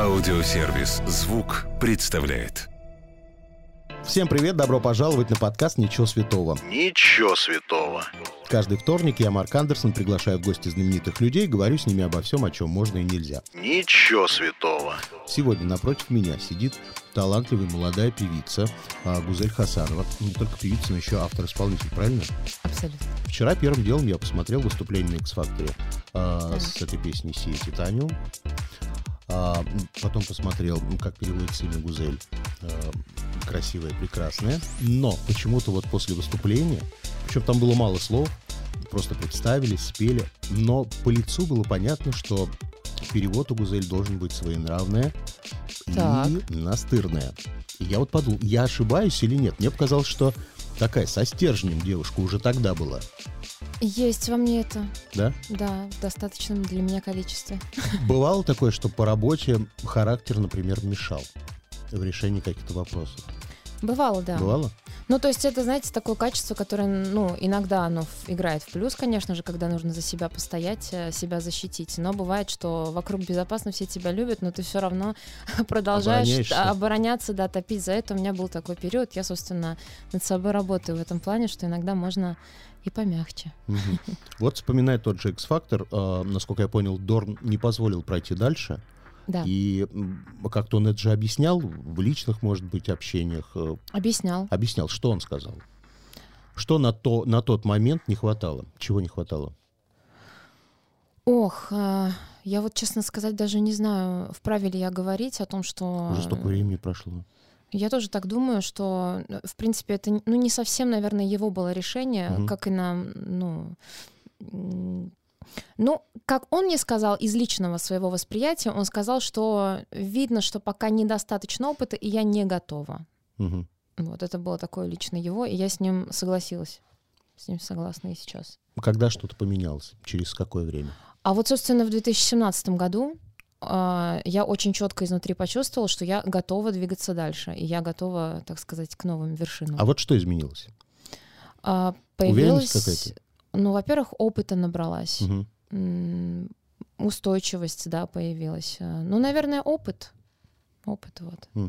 Аудиосервис «Звук» представляет. Всем привет, добро пожаловать на подкаст «Ничего святого». Ничего святого. Каждый вторник я, Марк Андерсон, приглашаю в гости знаменитых людей, говорю с ними обо всем, о чем можно и нельзя. Ничего святого. Сегодня напротив меня сидит талантливая молодая певица Гузель Хасанова. Не только певица, но еще автор-исполнитель, правильно? Абсолютно. Вчера первым делом я посмотрел выступление на X-Factor с этой песней «Сия Титаниум». Потом посмотрел, как переводится имя Гузель. Красивая, прекрасная. Но почему-то вот после выступления, причем там было мало слов, просто представились, спели, но по лицу было понятно, что перевод у Гузель должен быть своенравный и настырный. И я вот подумал, я ошибаюсь или нет? Мне показалось, что такая со стержнем девушка уже тогда была. Есть во мне это. Да? Да, в достаточном для меня количестве. Бывало такое, что по работе характер, например, мешал в решении каких-то вопросов? Бывало, да. Бывало? Ну, то есть это, знаете, такое качество, которое, иногда оно играет в плюс, конечно же, когда нужно за себя постоять, себя защитить. Но бывает, что вокруг безопасно, все тебя любят, но ты все равно продолжаешь обороняться, да, топить за это. У меня был такой период. Я, собственно, над собой работаю в этом плане, что иногда можно и помягче. Вот вспоминая тот же X-Factor, насколько я понял, Дорн не позволил пройти дальше. Да. И как-то он это же объяснял в личных, может быть, общениях. Объяснял. Объяснял. Что он сказал? Что на тот момент не хватало? Чего не хватало? Ох, я вот, честно сказать, даже не знаю, вправе ли я говорить о том, что... Уже столько времени прошло. Я тоже так думаю, что, в принципе, это не совсем, наверное, его было решение, как и нам, как он мне сказал из личного своего восприятия, он сказал, что видно, что пока недостаточно опыта, и я не готова. Вот это было такое лично его, и я с ним согласилась. С ним согласна и сейчас. Когда что-то поменялось? Через какое время? А вот, собственно, в 2017 году я очень четко изнутри почувствовала, что я готова двигаться дальше, и я готова, так сказать, к новым вершинам. А вот что изменилось? Появилась, уверенность какая-то? Во-первых, опыта набралась, устойчивость, да, появилась. Наверное, опыт вот.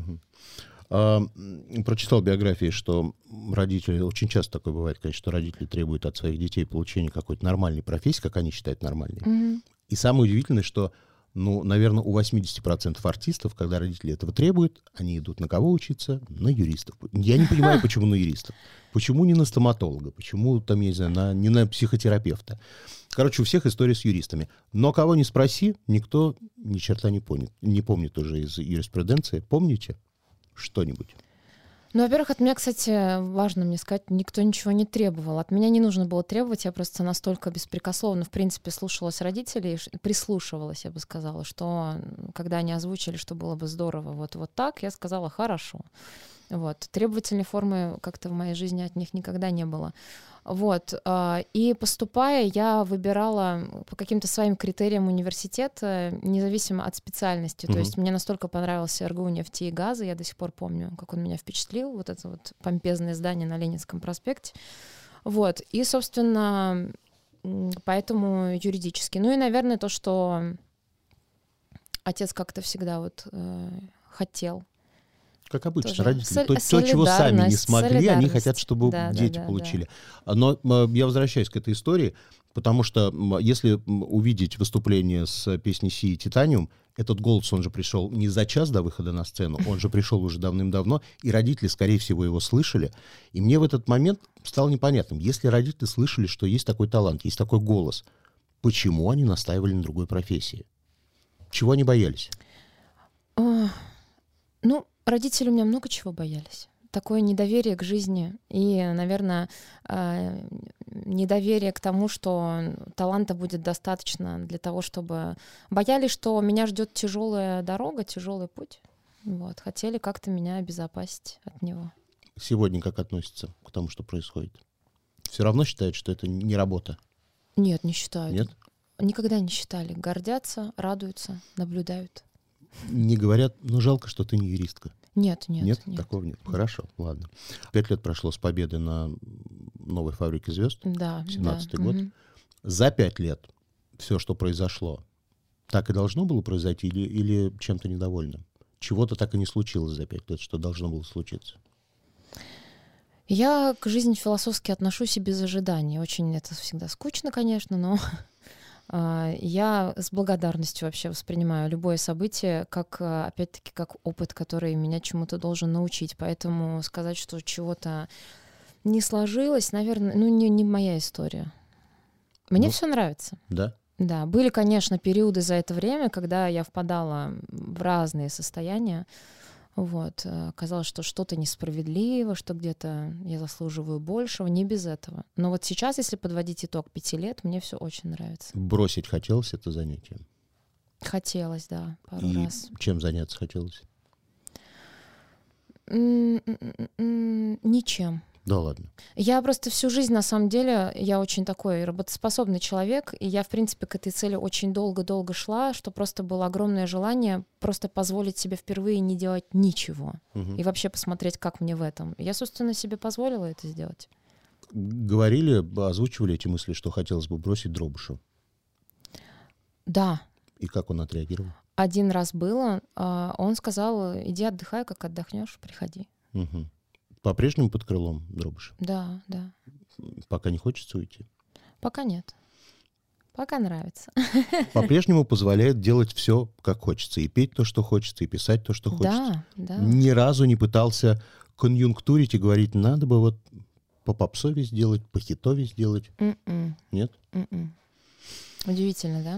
Прочитал биографии, что родители, очень часто такое бывает, конечно, что родители требуют от своих детей получения какой-то нормальной профессии, как они считают нормальной. И самое удивительное, что наверное, у 80% артистов, когда родители этого требуют, они идут на кого учиться? На юристов. Я не понимаю, почему на юристов. Почему не на стоматолога? Почему, там, я не знаю, не на психотерапевта? Короче, у всех история с юристами. Но кого не спроси, никто ни черта не помнит уже из юриспруденции. Помните что-нибудь? Во-первых, от меня, кстати, важно мне сказать, никто ничего не требовал. От меня не нужно было требовать, я просто настолько беспрекословно, в принципе, слушалась родителей, прислушивалась, я бы сказала, что когда они озвучили, что было бы здорово вот так, я сказала «хорошо». Вот. Требовательной формы как-то в моей жизни от них никогда не было. Вот. И поступая, я выбирала по каким-то своим критериям университет, независимо от специальности. То есть мне настолько понравился РГУ нефти и газа, я до сих пор помню, как он меня впечатлил, вот это вот помпезное здание на Ленинском проспекте. Вот. И, собственно, поэтому юридически. И, наверное, то, что отец как-то всегда хотел. Как обычно, тоже родители. То, чего сами не смогли, они хотят, чтобы дети получили. Да. Но я возвращаюсь к этой истории, потому что если увидеть выступление с песней «Сия Титаниум», этот голос, он же пришел не за час до выхода на сцену, он же пришел уже давным-давно, и родители, скорее всего, его слышали. И мне в этот момент стало непонятным, если родители слышали, что есть такой талант, есть такой голос, почему они настаивали на другой профессии? Чего они боялись? Родители у меня много чего боялись. Такое недоверие к жизни и, наверное, недоверие к тому, что таланта будет достаточно для того, чтобы... Боялись, что меня ждет тяжелая дорога, тяжелый путь. Вот. Хотели как-то меня обезопасить от него. Сегодня как относятся к тому, что происходит? Все равно считают, что это не работа? Нет, не считают. Нет? Никогда не считали. Гордятся, радуются, наблюдают. Не говорят, жалко, что ты не юристка. Нет. Такого нет. Хорошо, ладно. 5 лет прошло с победы на новой «Фабрике звезд». Да. 17-й год. За 5 лет все, что произошло, так и должно было произойти или чем-то недовольны? Чего-то так и не случилось за 5 лет, что должно было случиться? Я к жизни философски отношусь и без ожиданий. Очень это всегда скучно, конечно, но я с благодарностью вообще воспринимаю любое событие как, опять-таки, как опыт, который меня чему-то должен научить. Поэтому сказать, что чего-то не сложилось, наверное, не моя история. Мне все нравится. Да? Да, были, конечно, периоды за это время, когда я впадала в разные состояния. Вот. Казалось, что что-то несправедливо, что где-то я заслуживаю большего, не без этого. Но вот сейчас, если подводить итог 5 лет, мне все очень нравится. Бросить хотелось это занятие? Хотелось, да, пару И раз. чем заняться хотелось? Ничем. Да ладно. Я просто всю жизнь, на самом деле, я очень такой работоспособный человек, и я, в принципе, к этой цели очень долго-долго шла, что просто было огромное желание просто позволить себе впервые не делать ничего. И вообще посмотреть, как мне в этом. Я, собственно, себе позволила это сделать. Говорили, озвучивали эти мысли, что хотелось бы бросить Дробышу? Да. И как он отреагировал? Один раз было, он сказал: иди отдыхай, как отдохнешь, приходи. Угу. По-прежнему под крылом Дробыша? Да, да. Пока не хочется уйти? Пока нет. Пока нравится. По-прежнему позволяет делать все, как хочется. И петь то, что хочется, и писать то, что хочется. Да, да. Ни разу не пытался конъюнктурить и говорить, надо бы вот по попсове сделать, по хитове сделать. Нет? Удивительно, да?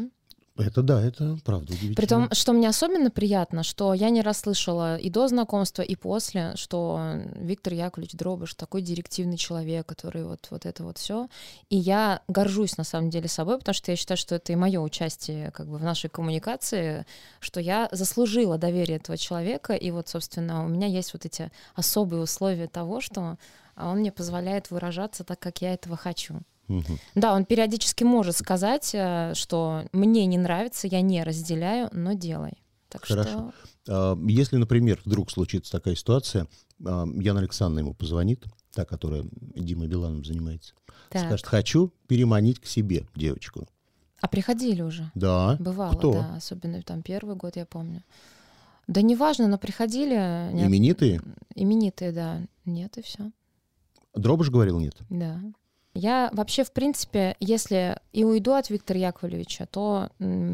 Это правда удивительно. Притом, что мне особенно приятно, что я не раз слышала и до знакомства, и после, что Виктор Яковлевич Дробыш такой директивный человек, который вот это вот все. И я горжусь на самом деле собой, потому что я считаю, что это и мое участие как бы в нашей коммуникации, что я заслужила доверие этого человека, и вот, собственно, у меня есть вот эти особые условия того, что он мне позволяет выражаться так, как я этого хочу. Да, он периодически может сказать, что мне не нравится, я не разделяю, но делай. Так Хорошо. Что... Если, например, вдруг случится такая ситуация, Яна Александровна ему позвонит, та, которая Димой Биланом занимается, скажет, хочу переманить к себе девочку. А приходили уже? Да. Бывало, Кто? Да, особенно там первый год, я помню. Да неважно, но приходили... Именитые? Именитые, да. Нет, и все. Дробыш говорил нет? Да. Я вообще, в принципе, если и уйду от Виктора Яковлевича, то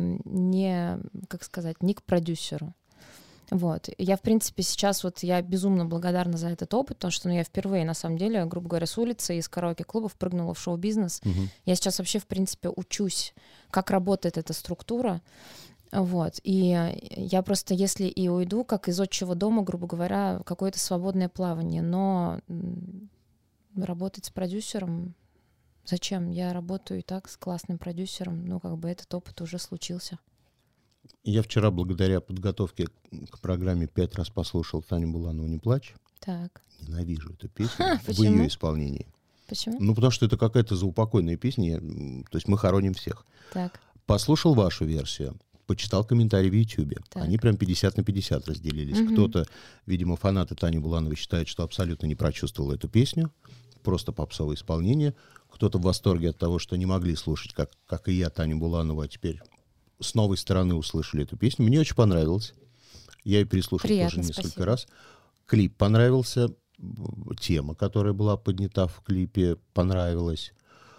не, как сказать, не к продюсеру. Вот. Я, в принципе, сейчас вот я безумно благодарна за этот опыт, потому что я впервые, на самом деле, грубо говоря, с улицы из караоке-клубов прыгнула в шоу-бизнес. Я сейчас вообще, в принципе, учусь, как работает эта структура. Вот. И я просто, если и уйду, как из отчего дома, грубо говоря, какое-то свободное плавание, но работать с продюсером... Зачем? Я работаю и так с классным продюсером, ну, как бы этот опыт уже случился. Я вчера, благодаря подготовке к программе, 5 раз послушал Таню Буланову «Не плачь». Так. Ненавижу эту песню в ее исполнении. Почему? Ну, потому что это какая-то заупокойная песня, то есть мы хороним всех. Так. Послушал вашу версию, почитал комментарии в Ютьюбе. Они прям 50/50 разделились. Кто-то, видимо, фанаты Тани Булановой считают, что абсолютно не прочувствовал эту песню, просто попсовое исполнение. Кто-то в восторге от того, что не могли слушать, как и я, Таню Буланову, а теперь с новой стороны услышали эту песню. Мне очень понравилось. Я ее переслушал тоже несколько раз. Клип понравился. Тема, которая была поднята в клипе, понравилась.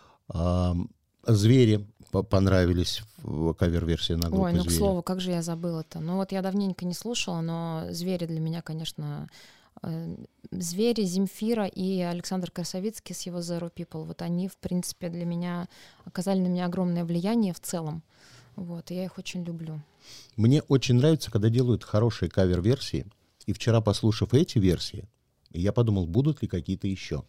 «Звери» понравились в кавер-версии на группу «Звери». Ой, ну, к слову, как же я забыла-то. Ну, вот я давненько не слушала, но «Звери» для меня, конечно... «Звери», Земфира и Александр Красовицкий с его Zero People. Вот они, в принципе, для меня оказали на меня огромное влияние в целом. Вот, и я их очень люблю. Мне очень нравится, когда делают хорошие кавер-версии. И вчера, послушав эти версии, я подумал, будут ли какие-то еще.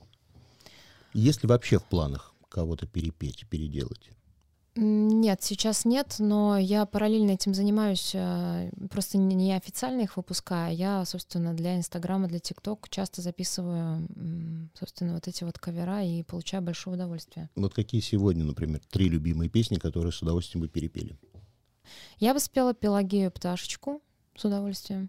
Есть ли вообще в планах кого-то перепеть, переделать? Нет, сейчас нет, но я параллельно этим занимаюсь, просто не официально их выпускаю, я, собственно, для Инстаграма, для ТикТок часто записываю, собственно, вот эти вот кавера и получаю большое удовольствие. Вот какие сегодня, например, 3 любимые песни, которые с удовольствием бы перепели? Я бы спела «Пелагею пташечку» с удовольствием.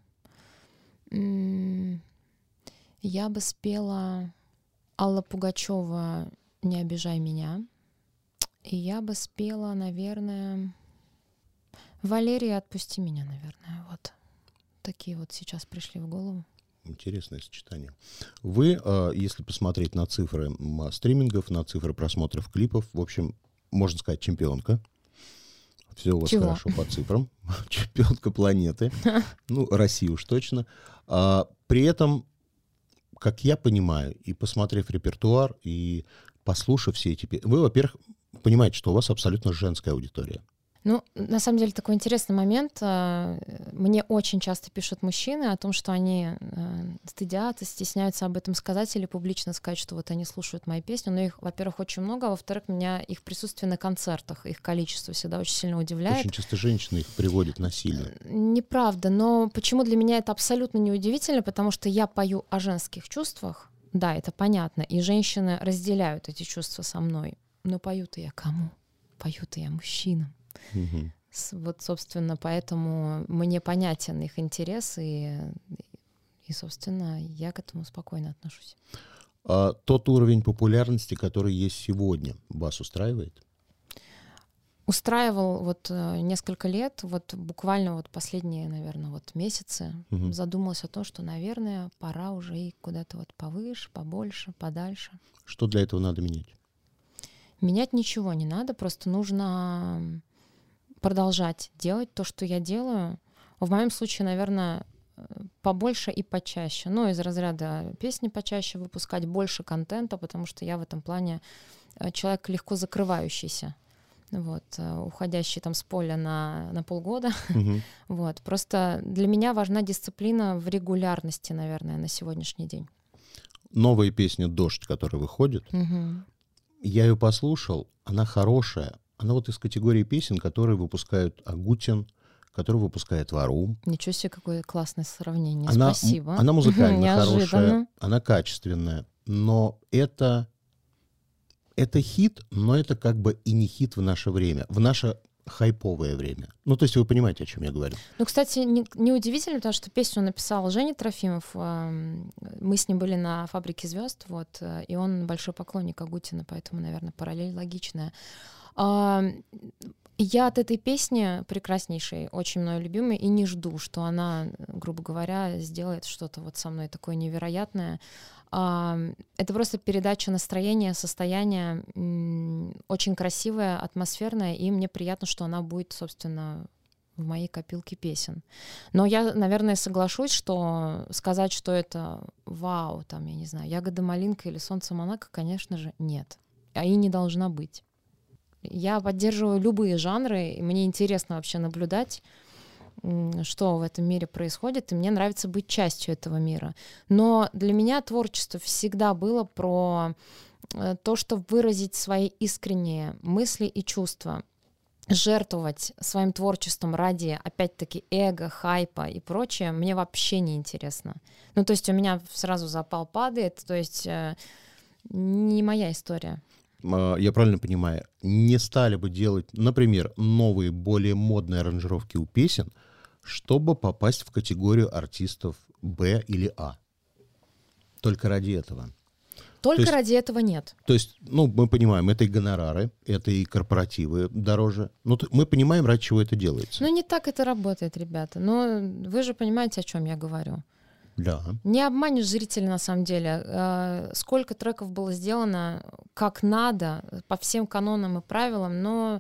Я бы спела Алла Пугачева «Не обижай меня». И я бы спела, наверное... Валерия, отпусти меня, наверное. Вот. Такие вот сейчас пришли в голову. Интересное сочетание. Вы, если посмотреть на цифры стримингов, на цифры просмотров клипов, в общем, можно сказать, чемпионка. Все у вас хорошо по цифрам. Чемпионка планеты. Ну, России уж точно. При этом, как я понимаю, и посмотрев репертуар, и послушав все эти песни, вы, во-первых, понимаете, что у вас абсолютно женская аудитория. Ну, на самом деле, такой интересный момент. Мне очень часто пишут мужчины о том, что они стыдятся, стесняются об этом сказать или публично сказать, что вот они слушают мои песни. Но их, во-первых, очень много, а во-вторых, меня их присутствие на концертах, их количество всегда очень сильно удивляет. Очень часто женщины их приводят насильно. Неправда, но почему для меня это абсолютно неудивительно, потому что я пою о женских чувствах, да, это понятно, и женщины разделяют эти чувства со мной. Но пою-то я кому? Пою-то я мужчинам. Угу. Вот, собственно, поэтому мне понятен их интерес, и, собственно, я к этому спокойно отношусь. А тот уровень популярности, который есть сегодня, вас устраивает? Устраивал вот несколько лет, вот буквально вот последние, наверное, вот месяцы задумалась о том, что, наверное, пора уже и куда-то вот повыше, побольше, подальше. Что для этого надо менять? Менять ничего не надо, просто нужно продолжать делать то, что я делаю. В моем случае, наверное, побольше и почаще. Ну, из разряда песни почаще выпускать, больше контента, потому что я в этом плане человек легко закрывающийся. Вот, уходящий там с поля на полгода. Вот, просто для меня важна дисциплина в регулярности, наверное, на сегодняшний день. Новая песня «Дождь», которая выходит, я ее послушал, она хорошая. Она вот из категории песен, которые выпускают Агутин, которые выпускает Варум. Ничего себе, какое классное сравнение. Она, спасибо. Она музыкально хорошая, она качественная, но это хит, но это как бы и не хит в наше время, в наше хайповое время. Ну, то есть вы понимаете, о чем я говорю. Ну, кстати, неудивительно, потому что песню написал Женя Трофимов. Мы с ним были на «Фабрике звезд», вот, и он большой поклонник Агутина, поэтому, наверное, параллель логичная. Я от этой песни прекраснейшей, очень мною любимой, и не жду, что она, грубо говоря, сделает что-то вот со мной такое невероятное. Это просто передача настроения, состояния, очень красивая, атмосферная, и мне приятно, что она будет, собственно, в моей копилке песен. Но я, наверное, соглашусь, что сказать, что это вау, там, я не знаю, «Ягода малинка» или «Солнце Монако», конечно же, нет. А и не должна быть. Я поддерживаю любые жанры, и мне интересно вообще наблюдать, что в этом мире происходит, и мне нравится быть частью этого мира. Но для меня творчество всегда было про то, что выразить свои искренние мысли и чувства, жертвовать своим творчеством ради, опять-таки, эго, хайпа и прочее, мне вообще не интересно. Ну, то есть у меня сразу запал падает, то есть не моя история. Я правильно понимаю, не стали бы делать, например, новые, более модные аранжировки у песен, чтобы попасть в категорию артистов Б или А? Только ради этого? Только ради этого нет. То есть, ну, мы понимаем, это и гонорары, это и корпоративы дороже. Ну, мы понимаем, ради чего это делается. Ну, не так это работает, ребята. Но вы же понимаете, о чем я говорю. Да. Не обманешь зрителя, на самом деле. Сколько треков было сделано как надо, по всем канонам и правилам, но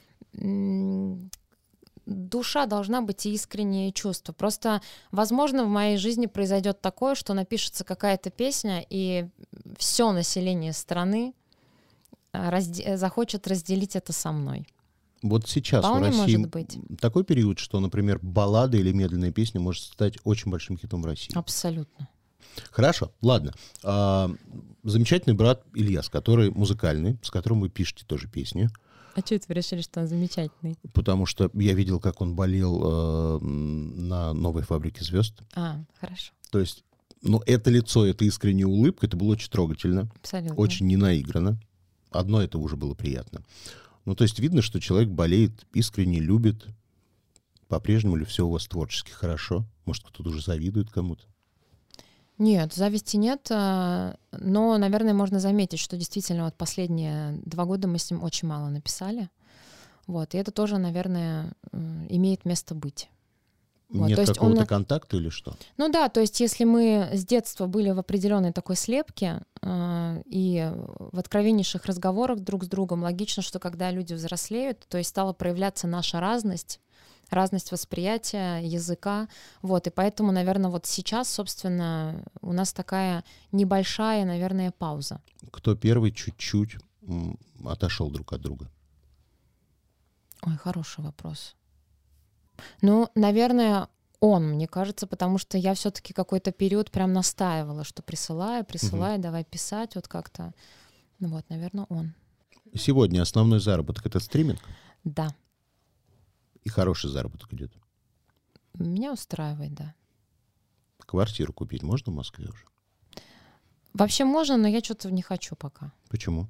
душа должна быть и искренние чувства. Просто, возможно, в моей жизни произойдет такое, что напишется какая-то песня, и все население страны захочет разделить это со мной. Вот сейчас вполне в России может быть. Такой период, что, например, баллада или медленная песня может стать очень большим хитом в России. Абсолютно. Хорошо, ладно. Замечательный брат Ильяс, который музыкальный, с которым вы пишете тоже песни. А что это вы решили, что он замечательный? Потому что я видел, как он болел на новой «Фабрике звезд». Хорошо. То есть, ну, это лицо, это искренняя улыбка, это было очень трогательно. Абсолютно. Очень не наигранно. Одно это уже было приятно. Ну, то есть видно, что человек болеет, искренне любит. По-прежнему ли все у вас творчески хорошо? Может, кто-то уже завидует кому-то? Нет, зависти нет, но, наверное, можно заметить, что действительно вот последние 2 года мы с ним очень мало написали. Вот, и это тоже, наверное, имеет место быть. Вот, Нет то есть какого-то контакта или что? Ну да, то есть если мы с детства были в определенной такой слепке и в откровеннейших разговорах друг с другом, логично, что когда люди взрослеют, то есть стала проявляться наша разность восприятия, языка, вот, и поэтому, наверное, вот сейчас, собственно, у нас такая небольшая, наверное, пауза. Кто первый чуть-чуть отошел друг от друга? Ой, хороший вопрос. Ну, наверное, он, мне кажется, потому что я все-таки какой-то период прям настаивала, что присылай, давай писать, вот как-то. Ну вот, наверное, он. Сегодня основной заработок — это стриминг? Да. И хороший заработок идет? Меня устраивает, да. Квартиру купить можно в Москве уже? Вообще можно, но я что-то не хочу пока. Почему?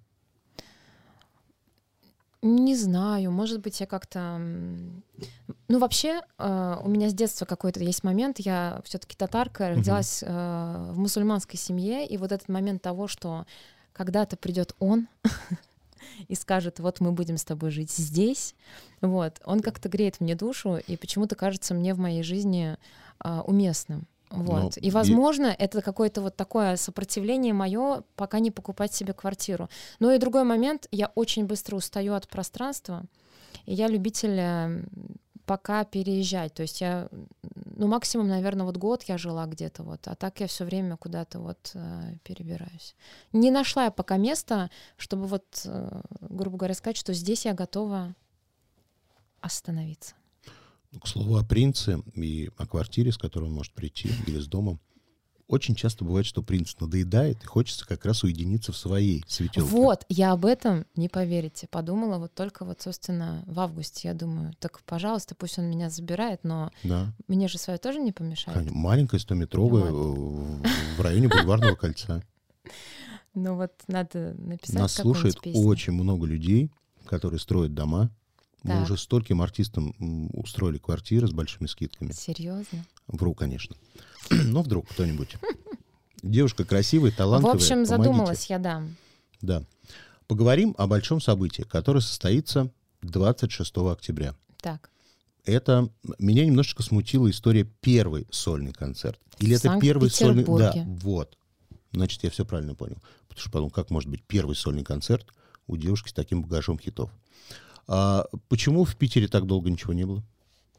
Не знаю, может быть, я как-то... Ну, вообще, у меня с детства какой-то есть момент, я все-таки татарка, родилась в мусульманской семье, и вот этот момент того, что когда-то придет он и скажет, вот мы будем с тобой жить здесь, вот, он как-то греет мне душу, и почему-то кажется мне в моей жизни уместным. Вот. И, возможно, это какое-то вот такое сопротивление мое, пока не покупать себе квартиру. Ну и другой момент, я очень быстро устаю от пространства, и я любитель пока переезжать. То есть я, ну, максимум, наверное, вот год я жила где-то, вот, а так я все время куда-то вот перебираюсь. Не нашла я пока места, чтобы вот, грубо говоря, сказать, что здесь я готова остановиться. К слову о принце и о квартире, с которой он может прийти, или с домом. Очень часто бывает, что принц надоедает, и хочется как раз уединиться в своей светелке. Вот, я об этом, не поверите, подумала вот только вот, собственно, в августе. Я думаю, так, пожалуйста, пусть он меня забирает, но мне же свое тоже не помешает. Маленькая 100-метровая в районе Бульварного кольца. Ну вот, надо написать. Нас слушает очень много людей, которые строят дома. Мы уже стольким артистам устроили квартиры с большими скидками. Серьезно? Вру, конечно. Но вдруг кто-нибудь. Девушка красивая, талантливая. В общем, задумалась я, да. Да. Поговорим о большом событии, которое состоится 26 октября. Так. Это меня немножечко смутила история первый сольный концерт. Или это первый сольный... Да, вот. Значит, я все правильно понял. Потому что подумал, как может быть первый сольный концерт у девушки с таким багажом хитов. А почему в Питере так долго ничего не было?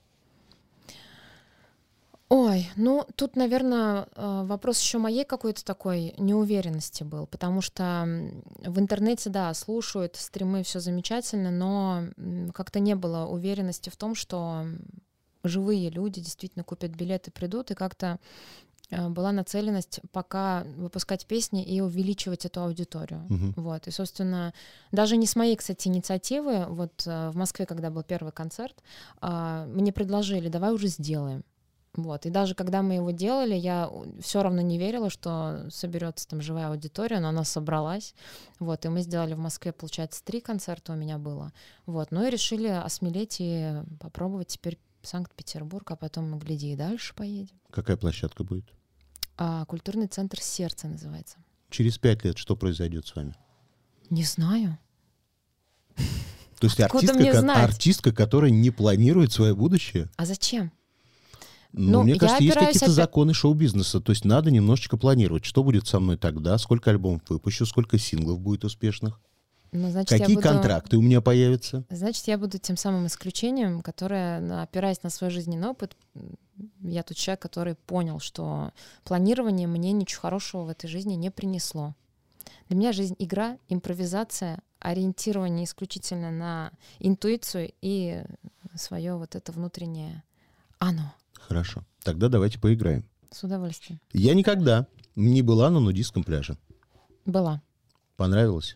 Ой, ну тут, наверное, вопрос еще моей какой-то такой неуверенности был, потому что в интернете, да, слушают стримы, все замечательно, но как-то не было уверенности в том, что живые люди действительно купят билеты, придут, и как-то была нацеленность пока выпускать песни и увеличивать эту аудиторию. Вот. И, собственно, даже не с моей, кстати, инициативы, вот в Москве, когда был первый концерт, мне предложили, давай уже сделаем. Вот. И даже когда мы его делали, я все равно не верила, что соберется там живая аудитория, но она собралась. Вот. И мы сделали в Москве, получается, 3 концерта у меня было. Вот. Ну и решили осмелеть и попробовать теперь Санкт-Петербург, а потом мы, гляди, и дальше поедем. Какая площадка будет? Культурный центр «Сердце» называется. Через 5 лет что произойдет с вами? Не знаю. То есть артистка, которая не планирует свое будущее? А зачем? Ну, мне кажется, есть какие-то законы шоу-бизнеса. То есть надо немножечко планировать, что будет со мной тогда, сколько альбомов выпущу, сколько синглов будет успешных. Ну, значит, какие контракты у меня появятся? Значит, я буду тем самым исключением, которое, опираясь на свой жизненный опыт, я тот человек, который понял, что планирование мне ничего хорошего в этой жизни не принесло. Для меня жизнь — игра, импровизация, ориентирование исключительно на интуицию и свое вот это внутреннее оно. Хорошо. Тогда давайте поиграем. С удовольствием. Я никогда не была на нудистском пляже. Была. Понравилось?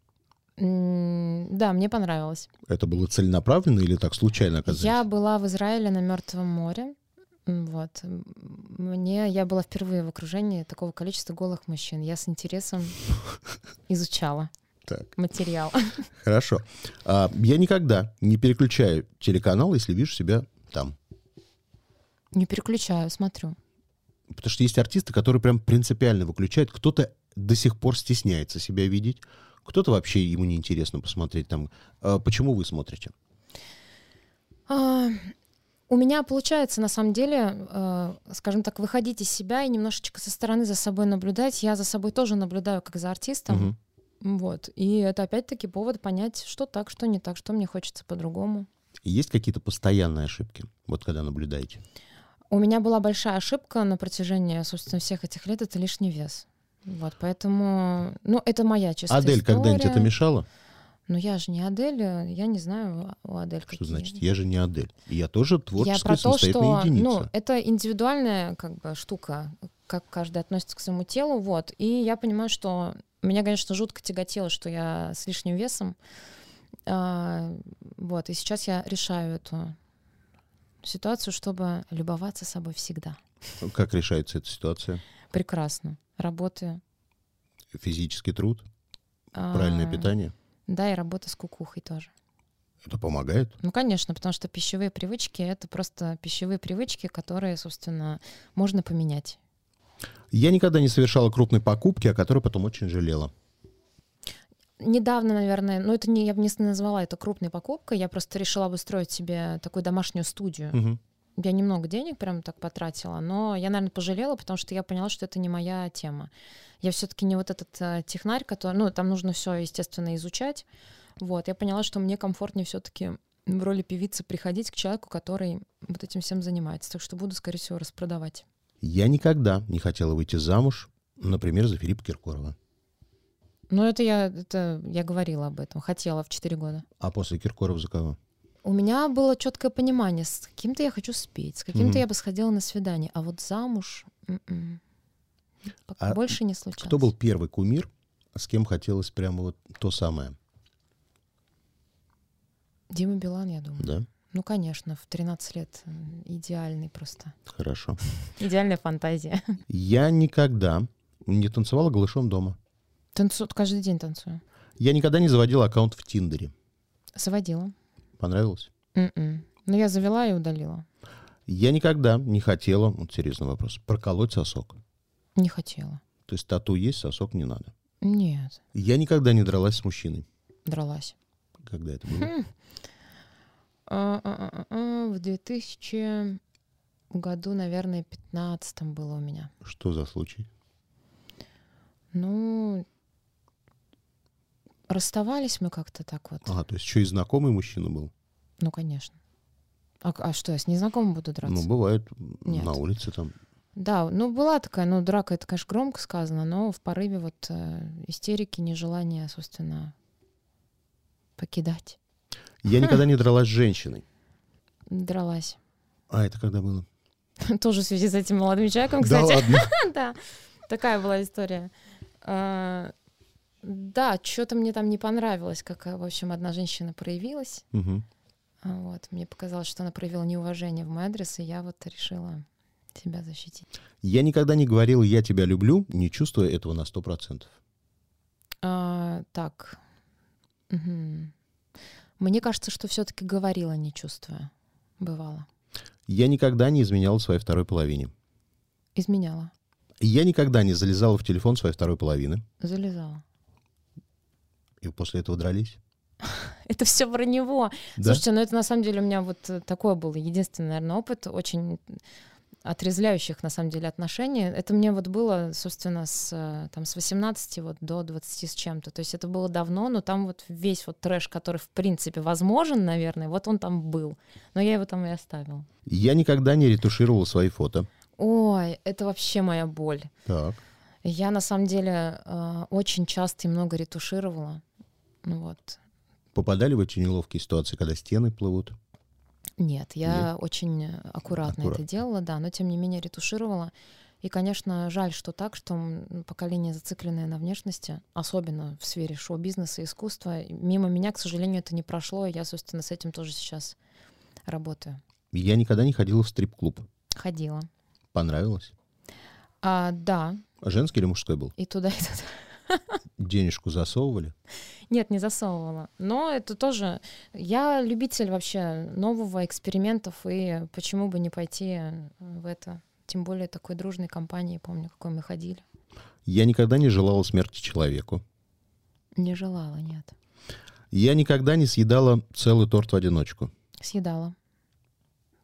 Да, мне понравилось. Это было целенаправленно или так случайно оказалось? Я была в Израиле на Мертвом море. Вот. Я была впервые в окружении такого количества голых мужчин. Я с интересом изучала материал. Хорошо. Я никогда не переключаю телеканал, если вижу себя там. Не переключаю, смотрю. Потому что есть артисты, которые прям принципиально выключают. Кто-то до сих пор стесняется себя видеть, кто-то вообще ему неинтересно посмотреть там. Почему вы смотрите? У меня получается, на самом деле, скажем так, выходить из себя и немножечко со стороны за собой наблюдать. Я за собой тоже наблюдаю, как за артистом. Вот. И это опять-таки повод понять, что так, что не так, что мне хочется по-другому. Есть какие-то постоянные ошибки, вот когда наблюдаете? У меня была большая ошибка на протяжении, собственно, всех этих лет — это лишний вес. Вот, поэтому, это моя чистая Адель история. когда-нибудь это мешало? Я же не Адель, я не знаю у Адель Что какие. значит, я же не Адель? Я тоже творческая, Я про то, самостоятельная что, единица. это индивидуальная штука, как каждый относится к своему телу, вот. И я понимаю, что меня, конечно, жутко тяготило, что я с лишним весом, вот. И сейчас я решаю эту ситуацию, чтобы любоваться собой всегда. Как решается эта ситуация? Прекрасно. Работаю. Физический труд? Правильное питание? Да, и работа с кукухой тоже. Это помогает? Конечно, потому что пищевые привычки — это просто пищевые привычки, которые, собственно, можно поменять. Я никогда не совершала крупной покупки, о которой потом очень жалела. Недавно, наверное, я бы не назвала это крупной покупкой, я просто решила обустроить себе такую домашнюю студию. Я немного денег прям так потратила, но я, наверное, пожалела, потому что я поняла, что это не моя тема. Я все-таки не вот этот технарь, который, там нужно все, естественно, изучать. Вот, я поняла, что мне комфортнее все-таки в роли певицы приходить к человеку, который вот этим всем занимается. Так что буду, скорее всего, распродавать. Я никогда не хотела выйти замуж, например, за Филиппа Киркорова. Это я говорила об этом, хотела в 4 года. А после Киркорова за кого? У меня было четкое понимание, с каким-то я хочу спеть, с каким-то я бы сходила на свидание, а вот замуж пока больше не случалось. Кто был первый кумир, с кем хотелось прямо вот то самое? Дима Билан, я думаю. Да? Конечно, в 13 лет идеальный просто. Хорошо. Идеальная фантазия. Я никогда не танцевала голышом дома. Каждый день танцую. Я никогда не заводила аккаунт в Тиндере. Заводила. Понравилось? Но я завела и удалила. Я никогда не хотела, вот серьезный вопрос, проколоть сосок. Не хотела. То есть тату есть, сосок не надо. Нет. Я никогда не дралась с мужчиной. Дралась. Когда это было? В 2000 году, наверное, 15-м было у меня. Что за случай? Расставались мы как-то так вот. То есть еще и знакомый мужчина был? Конечно. А что, я с незнакомым буду драться? Бывает. Нет. На улице там. Да, была такая, драка, это, конечно, громко сказано, но в порыве истерики, нежелания, собственно, покидать. Я никогда не дралась с женщиной. Дралась. Это когда было? Тоже в связи с этим молодым человеком, кстати. Да ладно? Да, такая была история. Да, что-то мне там не понравилось, как, в общем, одна женщина проявилась. Вот, мне показалось, что она проявила неуважение в мой адрес, и я решила себя защитить. Я никогда не говорил «я тебя люблю», не чувствуя этого на 100%. Так. Мне кажется, что все-таки говорила, не чувствуя. Бывало. Я никогда не изменяла своей второй половине. Изменяла. Я никогда не залезала в телефон своей второй половины. Залезала. И после этого дрались? Это все про него. Да? Слушайте, это на самом деле у меня такой был единственный, наверное, опыт очень отрезвляющих, на самом деле, отношений. Это мне было, собственно, с 18 до 20 с чем-то. То есть это было давно, но там весь трэш, который, в принципе, возможен, наверное, он там был. Но я его там и оставила. Я никогда не ретушировала свои фото. Ой, это вообще моя боль. Так. Я, на самом деле, очень часто и много ретушировала. Попадали в эти неловкие ситуации, когда стены плывут? Нет, я очень аккуратно это делала, да, но тем не менее ретушировала. И, конечно, жаль, что так, что поколение, зацикленное на внешности, особенно в сфере шоу-бизнеса и искусства, мимо меня, к сожалению, это не прошло, и я, собственно, с этим тоже сейчас работаю. Я никогда не ходила в стрип-клуб. Ходила. Понравилось? Да. Женский или мужской был? И туда, и туда. Денежку засовывали? Нет, не засовывала. Но это тоже... Я любитель вообще нового, экспериментов, и почему бы не пойти в это? Тем более такой дружной компании, помню, какой мы ходили. Я никогда не желала смерти человеку. Не желала, нет. Я никогда не съедала целый торт в одиночку. Съедала.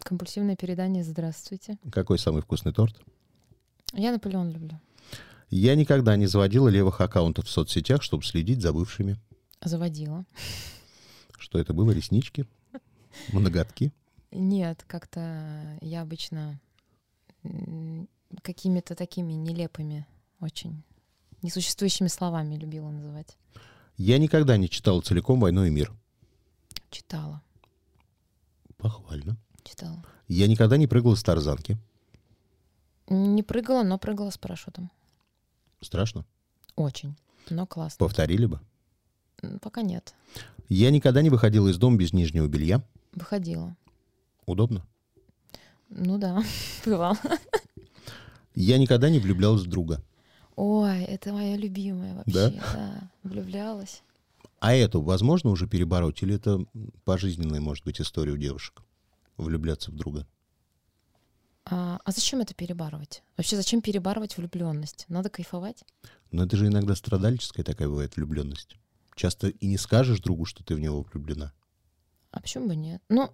Компульсивное переедание, здравствуйте. Какой самый вкусный торт? Я Наполеон люблю. Я никогда не заводила левых аккаунтов в соцсетях, чтобы следить за бывшими. Заводила. Что это было? Реснички? Ноготки? Нет, как-то я обычно какими-то такими нелепыми, очень несуществующими словами любила называть. Я никогда не читала целиком «Войну и мир». Читала. Похвально. Читала. Я никогда не прыгала с тарзанки. Не прыгала, но прыгала с парашютом. Страшно? Очень, но классно. Повторили бы? Пока нет. Я никогда не выходила из дома без нижнего белья. Выходила. Удобно? Ну да, бывало. Я никогда не влюблялась в друга. Ой, это моя любимая вообще. Да, влюблялась. А это возможно уже перебороть? Или это пожизненная, может быть, история у девушек? Влюбляться в друга? А зачем это перебарывать? Вообще, зачем перебарывать влюбленность? Надо кайфовать? Но это же иногда страдальческая такая бывает влюбленность. Часто и не скажешь другу, что ты в него влюблена. А почему бы нет? Ну,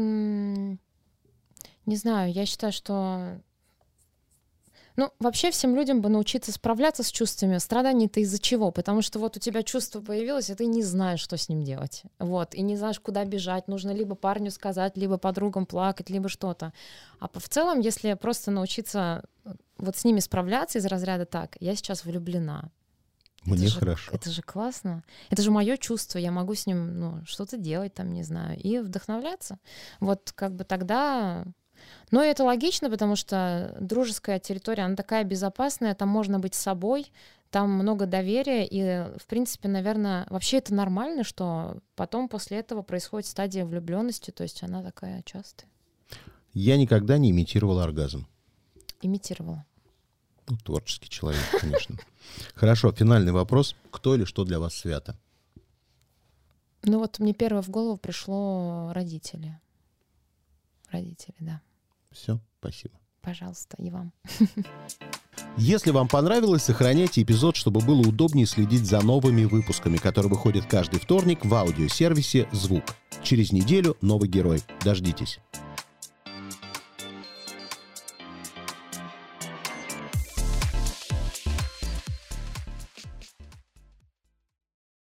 не знаю, я считаю, что... Ну, вообще всем людям бы научиться справляться с чувствами. Страдания-то из-за чего? Потому что вот у тебя чувство появилось, и ты не знаешь, что с ним делать. Вот, и не знаешь, куда бежать. Нужно либо парню сказать, либо подругам плакать, либо что-то. А в целом, если просто научиться вот с ними справляться из разряда так, я сейчас влюблена. Мне это хорошо. Это же классно. Это же мое чувство. Я могу с ним, что-то делать там, не знаю, и вдохновляться. Вот как бы тогда... Но это логично, потому что дружеская территория, она такая безопасная, там можно быть собой, там много доверия, и, в принципе, наверное, вообще это нормально, что потом после этого происходит стадия влюбленности, то есть она такая частая. Я никогда не имитировала оргазм. Имитировала. Ну, творческий человек, конечно. Хорошо, финальный вопрос. Кто или что для вас свято? Ну вот мне первое в голову пришло родители. Родители, да. Все, спасибо. Пожалуйста, и вам. Если вам понравилось, сохраняйте эпизод, чтобы было удобнее следить за новыми выпусками, которые выходят каждый вторник в аудиосервисе «Звук». Через неделю новый герой. Дождитесь.